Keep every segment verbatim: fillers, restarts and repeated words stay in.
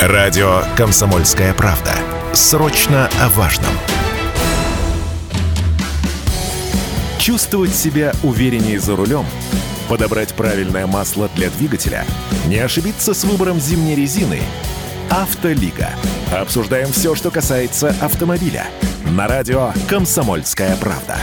Радио «Комсомольская правда». Срочно о важном. Чувствовать себя увереннее за рулем, подобрать правильное масло для двигателя, не ошибиться с выбором зимней резины. «Автолига». Обсуждаем все, что касается автомобиля. На радио «Комсомольская правда».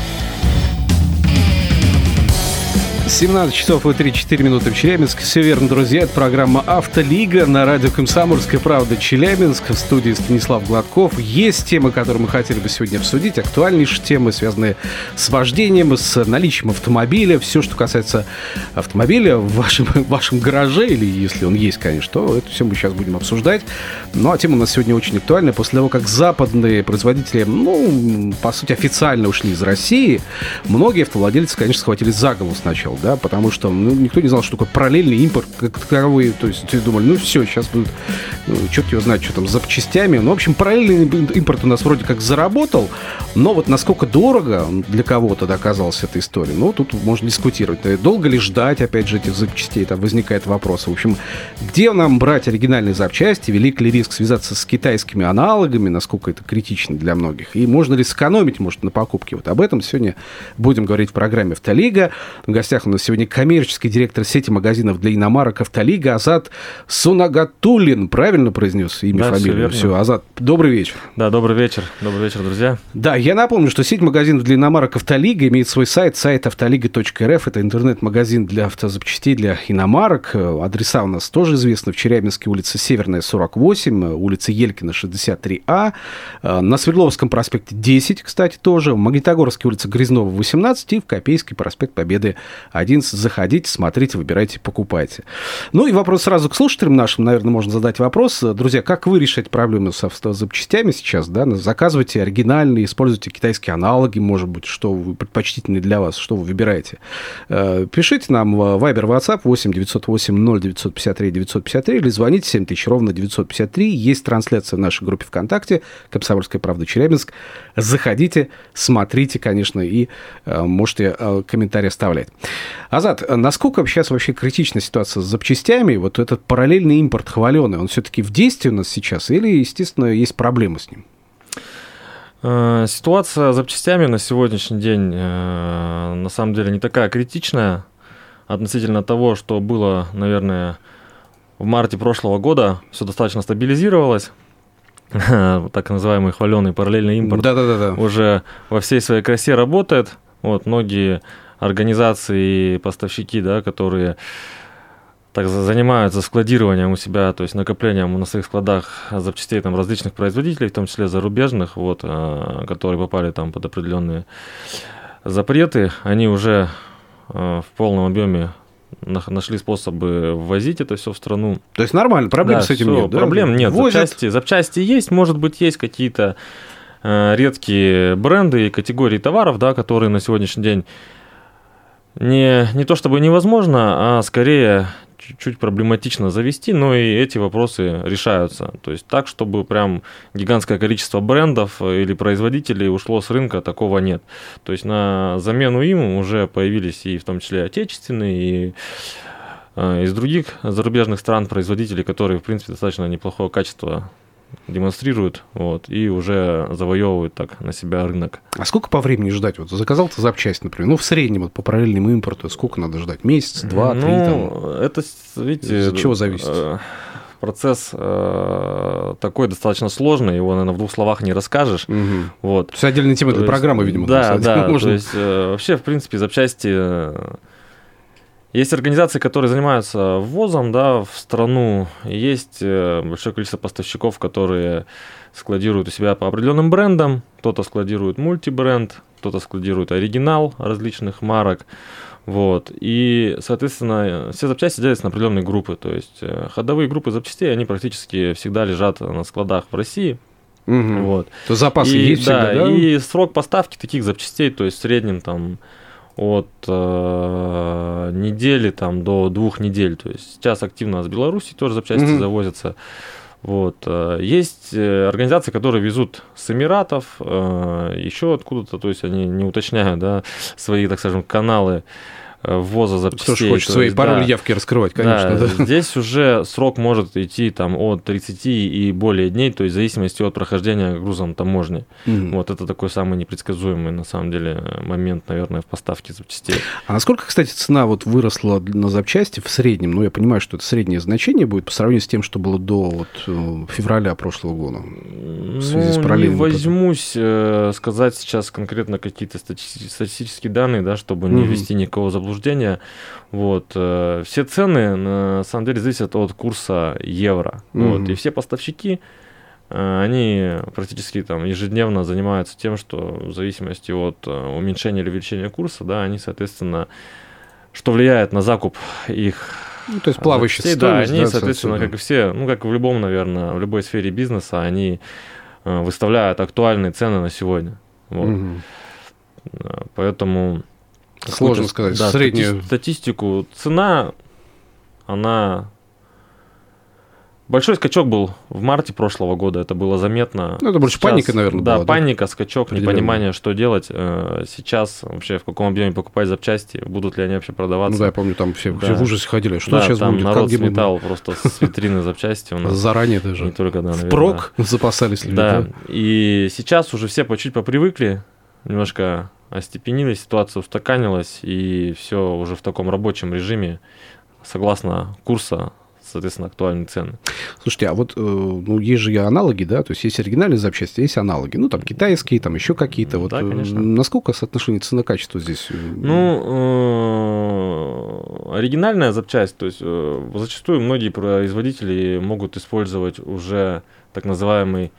семнадцать часов и тридцать четыре минуты в Челябинске. Все верно, друзья. Это программа «Автолига» на радио «Комсомольская правда» Челябинск. В студии Станислав Гладков. Есть темы, которые мы хотели бы сегодня обсудить. Актуальнейшие темы, связанные с вождением, с наличием автомобиля. Все, что касается автомобиля в вашем, в вашем гараже, или если он есть, конечно, то это все мы сейчас будем обсуждать. Ну, а тема у нас сегодня очень актуальная. После того, как западные производители, ну, по сути, официально ушли из России, многие автовладельцы, конечно, схватились за голову сначала. Да, потому что ну, никто не знал, что такое параллельный импорт, как таковой. То есть думали, ну все, сейчас будут, ну, черт его знает, что там с запчастями. Ну, в общем, параллельный импорт у нас вроде как заработал, но вот насколько дорого для кого-то оказалась эта история, ну, тут можно дискутировать. Долго ли ждать, опять же, этих запчастей, там возникает вопрос. В общем, где нам брать оригинальные запчасти, велик ли риск связаться с китайскими аналогами, насколько это критично для многих, и можно ли сэкономить, может, на покупке. Вот об этом сегодня будем говорить в программе «Автолига». В гостях у нас сегодня коммерческий директор сети магазинов для иномарок «Автолига» Азат Сунагатуллин. Правильно произнес имя, да, фамилию? Все, все, Азат, добрый вечер. Да, добрый вечер. Добрый вечер, друзья. Да, я напомню, что сеть магазинов для иномарок «Автолига» имеет свой сайт, сайт автолига точка эр эф. Это интернет-магазин для автозапчастей, для иномарок. Адреса у нас тоже известны. В Челябинске улица Северная, сорок восемь, улица Елькина, шестьдесят три а. На Свердловском проспекте десять, кстати, тоже. В Магнитогорске улица Грязнова, восемнадцать. И в Копейске проспект Победы одиннадцать. Заходите, смотрите, выбирайте, покупайте. Ну и вопрос сразу к слушателям нашим, наверное, можно задать вопрос. Друзья, как вы решаете проблемы с автозапчастями сейчас? Да? Заказывайте оригинальные, используйте китайские аналоги, может быть, что предпочтительнее для вас, что вы выбираете. Пишите нам в Viber, WhatsApp восемь девятьсот восемь ноль девятьсот пятьдесят три девятьсот пятьдесят три или звоните семь тысяч ровно девятьсот пятьдесят три. Есть трансляция в нашей группе ВКонтакте «Комсомольская правда Челябинск». Заходите, смотрите, конечно, и можете комментарии оставлять. Азат, насколько сейчас вообще критична ситуация с запчастями? Вот этот параллельный импорт хваленый, он все-таки в действии у нас сейчас или, естественно, есть проблемы с ним? Ситуация с запчастями на сегодняшний день на самом деле не такая критичная относительно того, что было, наверное, в марте прошлого года. Все достаточно стабилизировалось. Так называемый хваленый параллельный импорт Да-да-да. уже во всей своей красе работает. Вот, многие организации и поставщики, да, которые так занимаются складированием у себя, то есть накоплением на своих складах запчастей там, различных производителей, в том числе зарубежных, вот, которые попали там под определенные запреты, они уже в полном объеме нашли способы ввозить это все в страну. То есть нормально, проблем да, с этим все, нет? Да? Проблем нет, запчасти, запчасти есть, может быть, есть какие-то редкие бренды и категории товаров, да, которые на сегодняшний день не, не то чтобы невозможно, а скорее чуть-чуть проблематично завести, но и эти вопросы решаются. То есть так, чтобы прям гигантское количество брендов или производителей ушло с рынка, такого нет. То есть на замену им уже появились и в том числе отечественные, и из других зарубежных стран производителей, которые, в принципе, достаточно неплохое качество демонстрируют, вот, и уже завоевывают так на себя рынок. А сколько по времени ждать? Вот заказал ты запчасть, например, ну, в среднем вот, по параллельному импорту сколько надо ждать? Месяц, два, ну, три? Там? Это, видите... От чего зависит? Процесс э, такой достаточно сложный, его, наверное, в двух словах не расскажешь. Угу. Вот. То есть отдельная тема для программы, видимо. Да, да, можно... то есть э, вообще, в принципе, запчасти... Э, Есть организации, которые занимаются ввозом, да, в страну. Есть большое количество поставщиков, которые складируют у себя по определенным брендам. Кто-то складирует мультибренд, кто-то складирует оригинал различных марок. Вот. И, соответственно, все запчасти делятся на определенные группы. То есть ходовые группы запчастей, они практически всегда лежат на складах в России. Угу. Вот. То запасы и, есть да, всегда, да? И срок поставки таких запчастей, то есть в среднем там от э, недели там, до двух недель. То есть сейчас активно из Беларуси тоже запчасти mm-hmm. завозятся. Вот. Есть организации, которые везут с Эмиратов, э, еще откуда-то, то есть они не уточняют, да, свои, так скажем, каналы ввоза запчастей. Кто ж хочет свои пароли, да, явки раскрывать, конечно. Да, да. Здесь уже срок может идти там, от тридцати и более дней, то есть в зависимости от прохождения грузом таможни. Mm-hmm. Вот это такой самый непредсказуемый, на самом деле, момент, наверное, в поставке запчастей. А насколько, кстати, цена вот выросла на запчасти в среднем? Ну, я понимаю, что это среднее значение будет по сравнению с тем, что было до вот, февраля прошлого года. В связи ну, с не возьмусь э, сказать сейчас конкретно какие-то стати- статистические данные, да, чтобы mm-hmm. не ввести никакого заблуждения. Вот. Все цены, на самом деле, зависят от курса евро. Mm-hmm. Вот. И все поставщики, они практически там ежедневно занимаются тем, что в зависимости от уменьшения или увеличения курса, да, они, соответственно, что влияет на закуп их. Ну, то есть плавающие стоимость. Да, они, да, соответственно, как и все, ну, как в любом, наверное, в любой сфере бизнеса, они выставляют актуальные цены на сегодня. Вот. Mm-hmm. Поэтому... Сложно сказать. Да, среднюю статистику. Цена, она... Большой скачок был в марте прошлого года, это было заметно. Ну, это больше сейчас, паника, наверное, да, была. Паника, да, скачок, непонимание, что делать. Сейчас вообще в каком объеме покупать запчасти, будут ли они вообще продаваться. Ну да, я помню, там все, да. все в ужасе ходили. Что да, сейчас там будет? народ как сметал просто с витрины запчасти. У нас. Заранее даже. Не только, да, наверное. Впрок запасались люди. Да, и сейчас уже все по чуть попривыкли, немножко остепенились, ситуация устаканилась, и все уже в таком рабочем режиме, согласно курса, соответственно, актуальные цены. Слушайте, а вот, ну, есть же и аналоги, да, то есть есть оригинальные запчасти, есть аналоги, ну, там, китайские, там, еще какие-то. Вот, да, конечно. Насколько соотношение цена-качество здесь? Ну, оригинальная запчасть, то есть зачастую многие производители могут использовать уже так называемый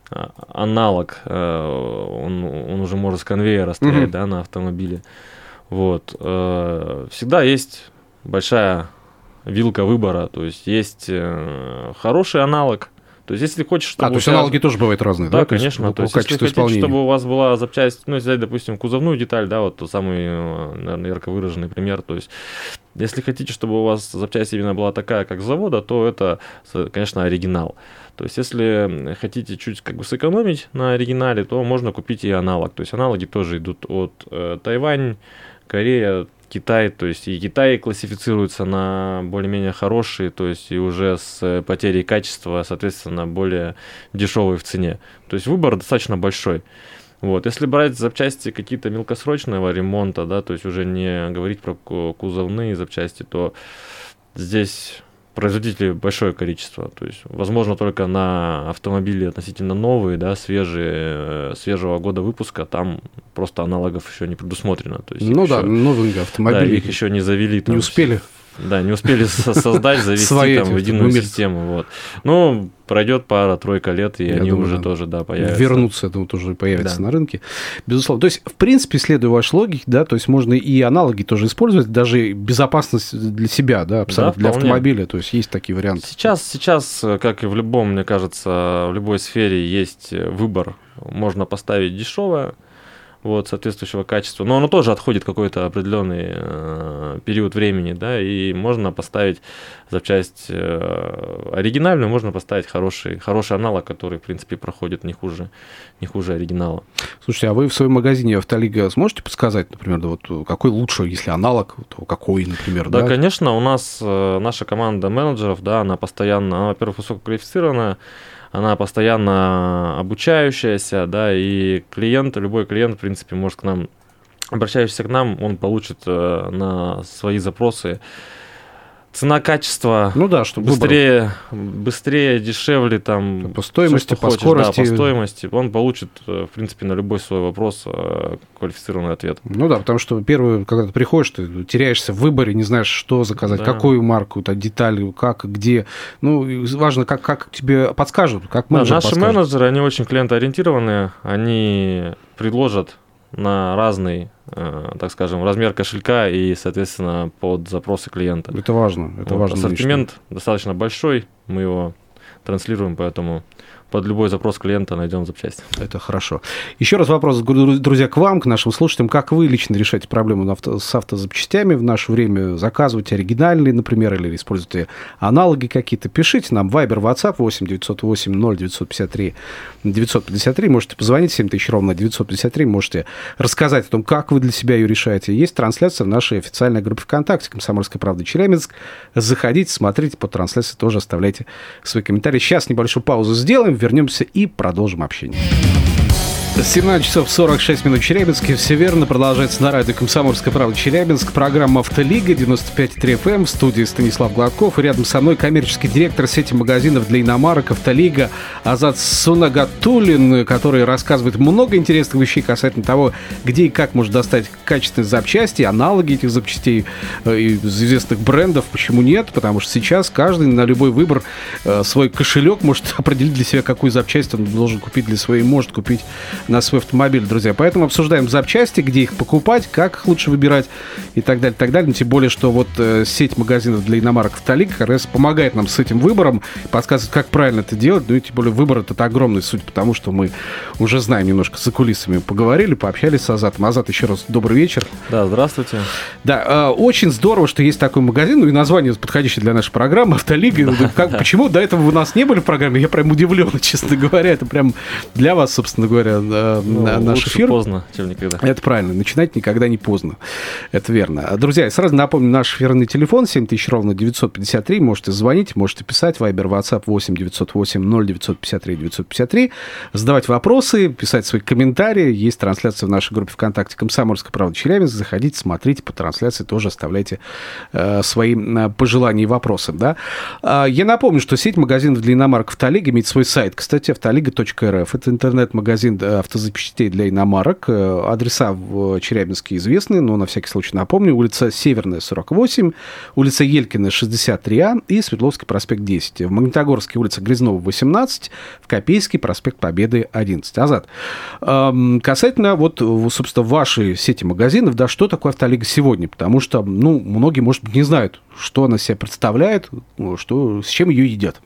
аналог, он, он уже может с конвейера стоять, mm-hmm. да, на автомобиле. Вот. Всегда есть большая вилка выбора, то есть есть хороший аналог. То есть, если хочешь, чтобы... А, то есть тебя... аналоги тоже бывают разные, да? Да, конечно. То есть, то есть если хотите, исполнения. Чтобы у вас была запчасть, ну, если взять, допустим, кузовную деталь, да, вот тот самый, наверное, ярко выраженный пример, то есть, если хотите, чтобы у вас запчасть именно была такая, как с завода, то это, конечно, оригинал. То есть, если хотите чуть как бы сэкономить на оригинале, то можно купить и аналог. То есть, аналоги тоже идут от э, Тайвань, Корея, Китай, то есть и Китай классифицируется на более-менее хорошие, то есть и уже с потерей качества, соответственно, более дешевые в цене. То есть выбор достаточно большой. Вот. Если брать запчасти какие-то мелкосрочного ремонта, да, то есть уже не говорить про кузовные запчасти, то здесь производителей большое количество. То есть, возможно, только на автомобили относительно новые, да, свежие, свежего года выпуска, там просто аналогов еще не предусмотрено. То есть ну да, еще, новые автомобили. Да, их еще не завели. Там, не успели. Да, не успели создать, завести там в единую систему. Вот. Ну, пройдет пара-тройка лет, и они уже тоже, да, появятся. Вернутся, это тоже появятся на рынке. Безусловно. То есть, в принципе, следуя вашей логике, да, то есть можно и аналоги тоже использовать, даже безопасность для себя, да, абсолютно, для автомобиля. То есть есть такие варианты. Сейчас, сейчас, как и в любом, мне кажется, в любой сфере есть выбор. Можно поставить дешевое, вот, соответствующего качества, но оно тоже отходит какой-то определенный э, период времени, да, и можно поставить запчасть э, оригинальную, можно поставить хороший, хороший аналог, который, в принципе, проходит не хуже, не хуже оригинала. Слушайте, а вы в своем магазине Автолига сможете подсказать, например, да, вот, какой лучше, если аналог, то какой, например? Да, да? конечно, у нас э, наша команда менеджеров, да, она постоянно, она, во-первых, высококвалифицированная, она постоянно обучающаяся, да, и клиент, любой клиент, в принципе, может к нам, обращающийся к нам, он получит э, на свои запросы цена-качество, ну да, чтобы быстрее, быстрее, дешевле, там, по стоимости, по хочешь, скорости. Да, по стоимости, он получит, в принципе, на любой свой вопрос квалифицированный ответ. Ну да, потому что первый, когда ты приходишь, ты теряешься в выборе, не знаешь, что заказать, да. какую марку, то детали, как, где. Ну, важно, как, как тебе подскажут, как менеджер да, наши подскажет. менеджеры, они очень клиентоориентированные, они предложат на разный, э, так скажем, размер кошелька и, соответственно, под запросы клиента. Это важно. Это вот, важно. Ассортимент лично. Достаточно большой, мы его транслируем, поэтому под любой запрос клиента найдем запчасти. Это хорошо. Еще раз вопрос, друзья, к вам, к нашим слушателям. Как вы лично решаете проблему авто, с автозапчастями в наше время? Заказываете оригинальные, например, или используете аналоги какие-то? Пишите нам Viber, WhatsApp восемь девятьсот восемь ноль девятьсот пятьдесят три девятьсот пятьдесят три. Можете позвонить семь тысяч ровно девятьсот пятьдесят три. Можете рассказать о том, как вы для себя ее решаете. Есть трансляция в нашей официальной группе ВКонтакте «Комсомольская правда Челябинск». Заходите, смотрите, под трансляцией тоже оставляйте свои комментарии. Сейчас небольшую паузу сделаем, вернемся и продолжим общение. семнадцать часов сорок шесть минут в Челябинске. Все верно. Продолжается на радио «Комсомольская правда» Челябинск. Программа «Автолига», девяносто пять и три эф эм. В студии Станислав Гладков. И рядом со мной коммерческий директор сети магазинов для иномарок «Автолига» Азат Сунагатуллин, который рассказывает много интересных вещей касательно того, где и как можно достать качественные запчасти, аналоги этих запчастей из известных брендов. Почему нет? Потому что сейчас каждый на любой выбор свой кошелек может определить для себя, какую запчасть он должен купить для своей, может купить на свой автомобиль, друзья. Поэтому обсуждаем запчасти, где их покупать, как их лучше выбирать и так далее, так далее. Но тем более, что вот э, сеть магазинов для иномарок «Автолига» как раз помогает нам с этим выбором, подсказывает, как правильно это делать. Ну и тем более выбор этот огромный, суть потому, что мы уже знаем немножко за кулисами, поговорили, пообщались с Азатом. Азат, еще раз добрый вечер. Да, здравствуйте. Да, э, очень здорово, что есть такой магазин, ну и название подходящее для нашей программы «Автолига». Да, как, да. Почему до этого вы у нас не были в программе? Я прям удивлен, честно говоря. Это прям для вас, собственно говоря, Ну, наш лучше эфир. Поздно, чем никогда. Это правильно. Начинать никогда не поздно. Это верно. Друзья, я сразу напомню наш эфирный телефон семь тысяч ровно девятьсот пятьдесят три. Можете звонить, можете писать. Viber, WhatsApp восемь девятьсот восемь ноль девятьсот пятьдесят три девятьсот пятьдесят три. Задавать вопросы, писать свои комментарии. Есть трансляция в нашей группе ВКонтакте «Комсомольская правда Челябинск». Заходите, смотрите по трансляции, тоже оставляйте э, свои э, пожелания и вопросы. Да? Э, я напомню, что сеть магазинов для иномарок «Автолига» имеет свой сайт. Кстати, автолига точка эр эф. Это интернет-магазин автозапчастей для иномарок. Адреса в Челябинске известны, но на всякий случай напомню. Улица Северная, сорок восемь, улица Елькина, шестьдесят три А и Свердловский проспект десять. В Магнитогорске улица Грязнова, восемнадцать, в Копейске проспект Победы, одиннадцать. Азат, эм, касательно вот, собственно, вашей сети магазинов, да, что такое «Автолига» сегодня? Потому что, ну, многие, может быть, не знают, что она себя представляет, что, с чем ее едят.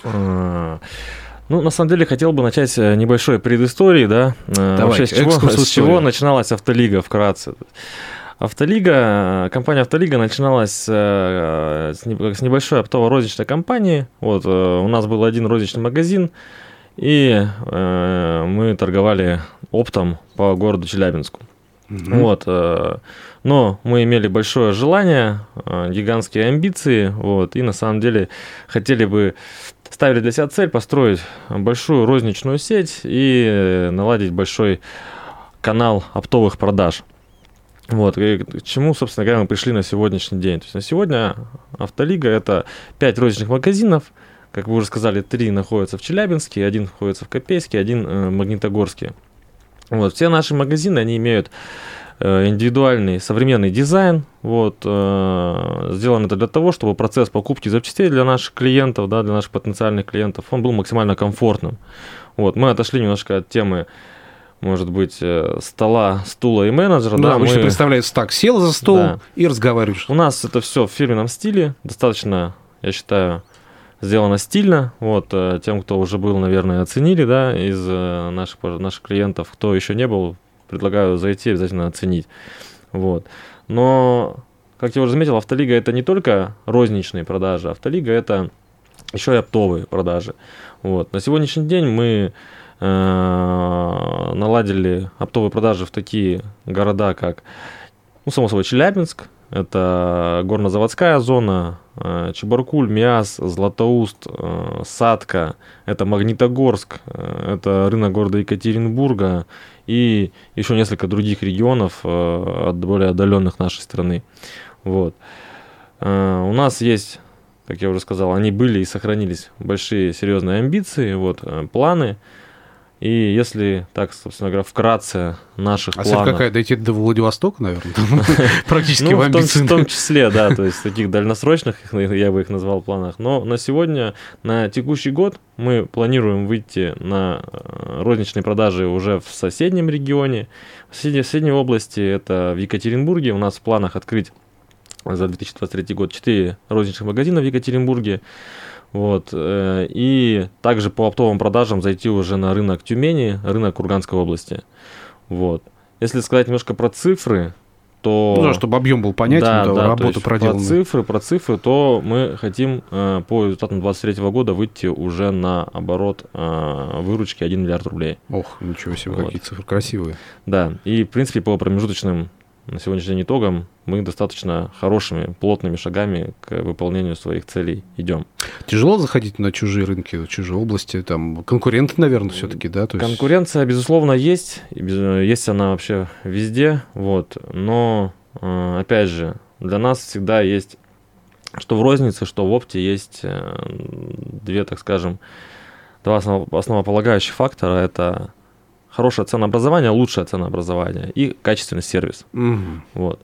Ну, на самом деле, хотел бы начать с небольшой предыстории, да. Давайте, вообще, с чего, с чего начиналась «Автолига» вкратце. «Автолига», компания «Автолига» начиналась с небольшой оптово-розничной компании. Вот, у нас был один розничный магазин, и мы торговали оптом по городу Челябинску. Mm-hmm. Вот, но мы имели большое желание, гигантские амбиции, вот, и на самом деле хотели бы, ставили для себя цель построить большую розничную сеть и наладить большой канал оптовых продаж. Вот, и к чему, собственно говоря, мы пришли на сегодняшний день. То есть на сегодня «Автолига» — это пять розничных магазинов, как вы уже сказали, три находятся в Челябинске, один находится в Копейске, один в Магнитогорске. Вот, все наши магазины, они имеют э, индивидуальный современный дизайн. Вот, э, сделано это для того, чтобы процесс покупки запчастей для наших клиентов, да, для наших потенциальных клиентов, он был максимально комфортным. Вот, мы отошли немножко от темы, может быть, э, стола, стула и менеджера. Ну, да, обычно мы... представляется так, сел за стол, да, и разговариваешь. У нас это все в фирменном стиле, достаточно, я считаю, сделано стильно. Вот, тем, кто уже был, наверное, оценили, да, из наших, наших клиентов. Кто еще не был, предлагаю зайти, обязательно оценить. Вот. Но, как я уже заметил, «Автолига» — это не только розничные продажи. «Автолига» — это еще и оптовые продажи. Вот. На сегодняшний день мы э, наладили оптовые продажи в такие города, как, ну, само собой, Челябинск. Это горнозаводская зона, Чебаркуль, Миас, Златоуст, Сатка, это Магнитогорск, это рынок города Екатеринбурга и еще несколько других регионов, от более отдаленных нашей страны. Вот. У нас есть, как я уже сказал, они были и сохранились большие серьезные амбиции, вот, планы. И если так, собственно говоря, вкратце наших а планов... А цель какая? Дойти до Владивостока, наверное? Практически в амбиции. В том числе, да, то есть таких дальносрочных, я бы их назвал, планах. Но на сегодня, на текущий год, мы планируем выйти на розничные продажи уже в соседнем регионе. В соседней области, это в Екатеринбурге, у нас в планах открыть за две тысячи двадцать третий год четыре розничных магазина в Екатеринбурге. Вот. И также по оптовым продажам зайти уже на рынок Тюмени, рынок Курганской области. Вот. Если сказать немножко про цифры, то... Ну, да, чтобы объем был понятен, да, да, да, работа проделана. Про цифры, про цифры, то мы хотим э, по результатам двадцать третьего года выйти уже на оборот э, выручки один миллиард рублей. Ох, ничего себе, вот. Какие цифры красивые. Да, и в принципе по промежуточным на сегодняшний день итогам мы достаточно хорошими, плотными шагами к выполнению своих целей идем. Тяжело заходить на чужие рынки, чужие области, там конкуренты, наверное, все-таки, да? То есть... Конкуренция, безусловно, есть, есть она вообще везде, вот, но, опять же, для нас всегда есть, что в рознице, что в опте, есть две, так скажем, два основополагающих фактора, это хорошее ценообразование, лучшее ценообразование и качественный сервис. Угу. Вот.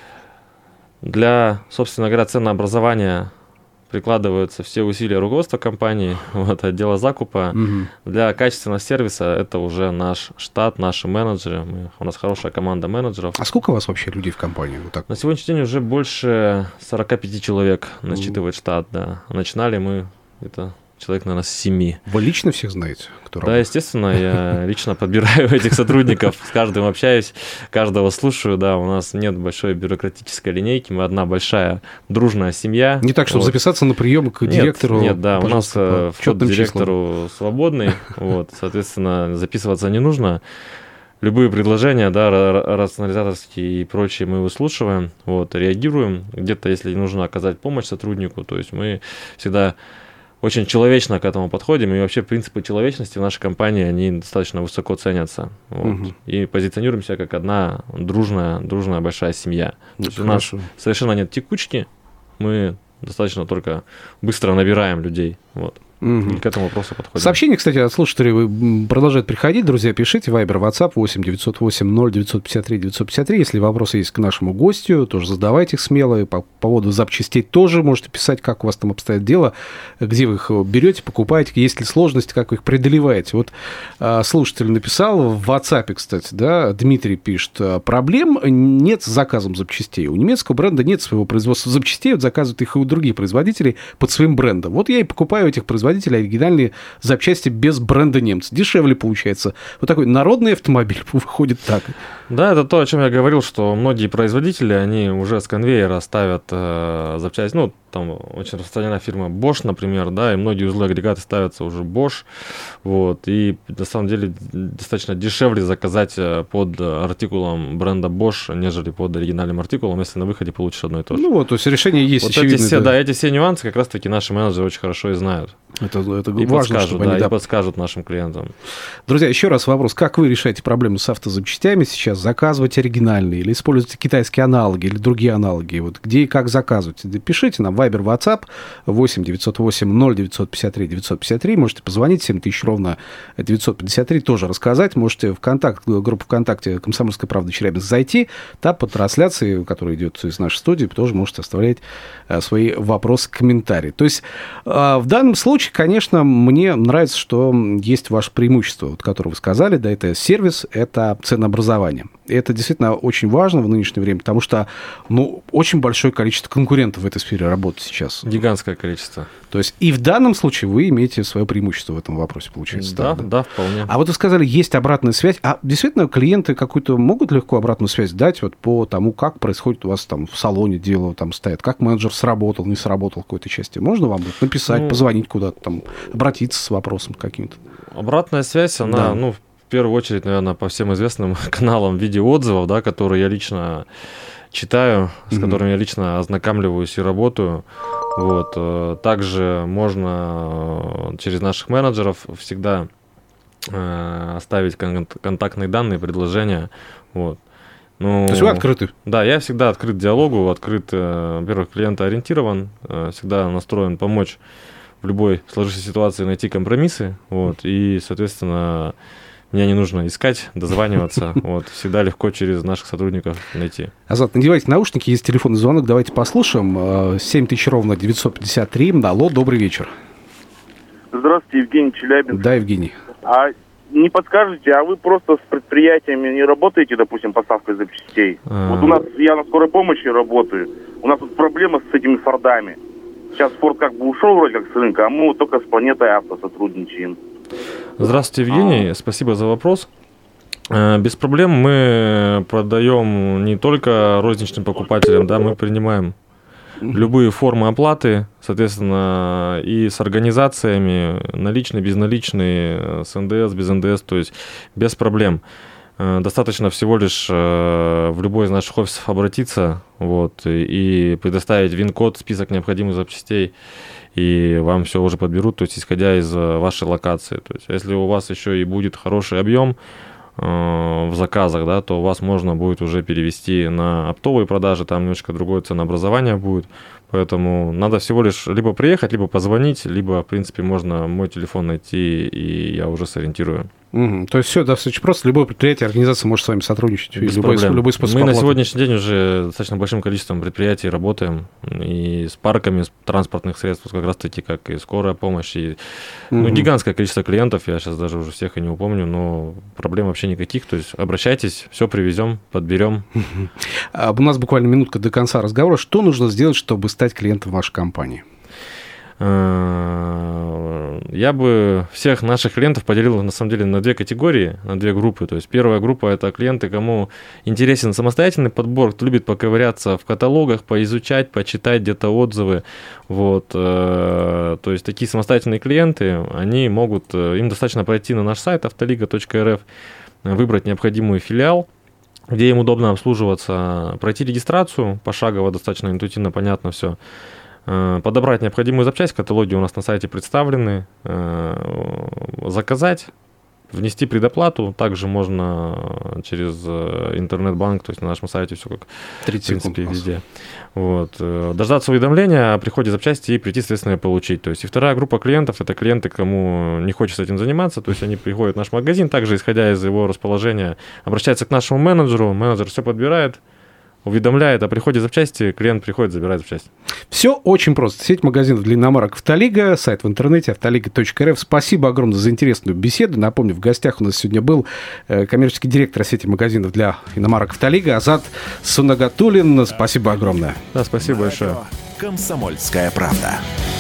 Для, собственно говоря, ценообразования прикладываются все усилия руководства компании, вот, отдела закупа. Угу. Для качественного сервиса это уже наш штат, наши менеджеры. Мы, у нас хорошая команда менеджеров. А сколько у вас вообще людей в компании? Вот так? На сегодняшний день уже больше сорок пять человек насчитывает штат. Да. Начинали мы это... человек, наверное, с семи. Вы лично всех знаете, кто Да, работает? естественно, я лично подбираю этих сотрудников, с каждым общаюсь, каждого слушаю, да, у нас нет большой бюрократической линейки, мы одна большая дружная семья. Не так, чтобы вот. записаться на прием к Нет, директору. Нет, да, у нас по вход к директору числам. Свободный, вот, соответственно, записываться не нужно. Любые предложения, да, рационализаторские и прочие мы выслушиваем, вот, реагируем. Где-то, если нужно оказать помощь сотруднику, то есть мы всегда... очень человечно к этому подходим, и вообще принципы человечности в нашей компании, они достаточно высоко ценятся. Вот. Угу. И позиционируем себя как одна дружная, дружная большая семья. То есть у нас совершенно нет текучки, мы достаточно только быстро набираем людей. Вот. Угу. И к этому вопросу подходим. Сообщения, кстати, от слушателей продолжают приходить. Друзья, пишите. Вайбер, WhatsApp восемь девятьсот восемь ноль девятьсот пятьдесят три девятьсот пятьдесят три. Если вопросы есть к нашему гостю, тоже задавайте их смело. И по поводу запчастей тоже можете писать, как у вас там обстоит дело, где вы их берете, покупаете, есть ли сложности, как вы их преодолеваете. Вот а, слушатель написал в WhatsApp, кстати, да, Дмитрий пишет, проблем нет с заказом запчастей. У немецкого бренда нет своего производства запчастей, вот заказывают их и у других производителей под своим брендом. Вот я и покупаю этих производителей оригинальные запчасти без бренда немца. Дешевле получается. Вот такой народный автомобиль выходит так. Да, это то, о чем я говорил, что многие производители, они уже с конвейера ставят э, запчасти. Ну, там очень распространена фирма Bosch, например, да, и многие узлы агрегаты ставятся уже Bosch. Вот, и на самом деле достаточно дешевле заказать под артикулом бренда Bosch, нежели под оригинальным артикулом, если на выходе получишь одно и то же. Ну вот, то есть решение есть, вот очевидно. Эти все, да. да, эти все нюансы как раз-таки наши менеджеры очень хорошо и знают. Это, это и важно, подскажут, чтобы да, они... и Да, подскажут нашим клиентам. Друзья, еще раз вопрос. Как вы решаете проблемы с автозапчастями сейчас? Заказывать оригинальные или используете китайские аналоги или другие аналоги? Вот где и как заказывать? Пишите нам Viber, WhatsApp восемь девятьсот восемь ноль девятьсот пятьдесят три девятьсот пятьдесят три. Можете позвонить семь тысяч ровно девятьсот пятьдесят три, тоже рассказать. Можете в контакт, группу ВКонтакте «Комсомольская правда» Челябинск зайти. Там по трансляции, которая идет из нашей студии, тоже можете оставлять свои вопросы, комментарии. То есть в данном случае, конечно, мне нравится, что есть ваше преимущество, вот, которое вы сказали, да, это сервис, это ценообразование. И это действительно очень важно в нынешнее время, потому что, ну, очень большое количество конкурентов в этой сфере работает сейчас. Гигантское количество. То есть и в данном случае вы имеете свое преимущество в этом вопросе, получается. Да, да, да, вполне. А вот вы сказали, есть обратная связь. А действительно клиенты какую-то могут легко обратную связь дать вот по тому, как происходит у вас там в салоне дело, там стоят, как менеджер сработал, не сработал в какой-то части? Можно вам вот написать, ну, позвонить куда-то, там, обратиться с вопросом каким-то? Обратная связь, она, да. ну, в первую очередь, наверное, по всем известным каналам видеоотзывов, да, которые я лично читаю, с mm-hmm. которыми я лично ознакомливаюсь и работаю. Вот. Также можно через наших менеджеров всегда оставить контактные данные, предложения. Вот. Ну, то есть вы открыты? Да, я всегда открыт диалогу, открыт, во-первых, клиентоориентирован, всегда настроен помочь в любой сложившейся ситуации найти компромиссы. Вот, и, соответственно, мне не нужно искать, дозваниваться. Вот, всегда легко через наших сотрудников найти. Азат, надевайте наушники, есть телефонный звонок, давайте послушаем. семь тысяч ровно девятьсот пятьдесят три. Алло, добрый вечер. Здравствуйте, Евгений, Челябинск. Да, Евгений. А не подскажете, а вы просто с предприятиями не работаете, допустим, поставкой запчастей? А... Вот у нас, я на скорой помощи работаю. У нас тут проблема с этими Фордами. Сейчас Форд как бы ушел вроде как с рынка, а мы вот только с Планетой Авто сотрудничаем. Здравствуйте, Евгений. А. Спасибо за вопрос. Без проблем мы продаем не только розничным покупателям, да, мы принимаем любые формы оплаты, соответственно, и с организациями, наличные, безналичные, с эн дэ эс, без эн дэ эс, то есть без проблем. Достаточно всего лишь в любой из наших офисов обратиться, вот, и предоставить ВИН-код, список необходимых запчастей, и вам все уже подберут, то есть исходя из вашей локации. То есть если у вас еще и будет хороший объем в заказах, да, то вас можно будет уже перевести на оптовые продажи, там немножко другое ценообразование будет. Поэтому надо всего лишь либо приехать, либо позвонить, либо, в принципе, можно мой телефон найти, и я уже сориентирую. Угу. То есть все достаточно просто. Любое предприятие, организация может с вами сотрудничать. Без любой, проблем. любой способ Мы оплаты. на сегодняшний день уже достаточно большим количеством предприятий работаем. И с парками с транспортных средств, как раз-таки, как и скорая помощь. И, угу. ну, гигантское количество клиентов, я сейчас даже уже всех и не упомню, но проблем вообще никаких. То есть обращайтесь, все привезем, подберем. А у нас буквально минутка до конца разговора. Что нужно сделать, чтобы стать клиентом вашей компании? Я бы всех наших клиентов поделил, на самом деле, на две категории, на две группы. То есть первая группа – это клиенты, кому интересен самостоятельный подбор, кто любит поковыряться в каталогах, поизучать, почитать где-то отзывы. Вот. То есть такие самостоятельные клиенты, они могут, им достаточно пройти на наш сайт автолига точка эр эф, выбрать необходимый филиал, где им удобно обслуживаться, пройти регистрацию, пошагово, достаточно интуитивно, понятно все. Подобрать необходимую запчасть, каталоги у нас на сайте представлены, заказать, внести предоплату, также можно через интернет-банк, то есть на нашем сайте все как, в принципе, везде. Вот. Дождаться уведомления о приходе запчасти и прийти, соответственно, получить. То есть и вторая группа клиентов – это клиенты, кому не хочется этим заниматься, то есть они приходят в наш магазин, также, исходя из его расположения, обращаются к нашему менеджеру, менеджер все подбирает, уведомляет о приходе запчасти, клиент приходит, забирает запчасть. Все очень просто. Сеть магазинов для иномарок «Автолига», сайт в интернете автолига точка эр эф. Спасибо огромное за интересную беседу. Напомню, в гостях у нас сегодня был коммерческий директор сети магазинов для иномарок «Автолига» Азат Сунагатуллин. Спасибо огромное. Да, спасибо большое. «Комсомольская правда».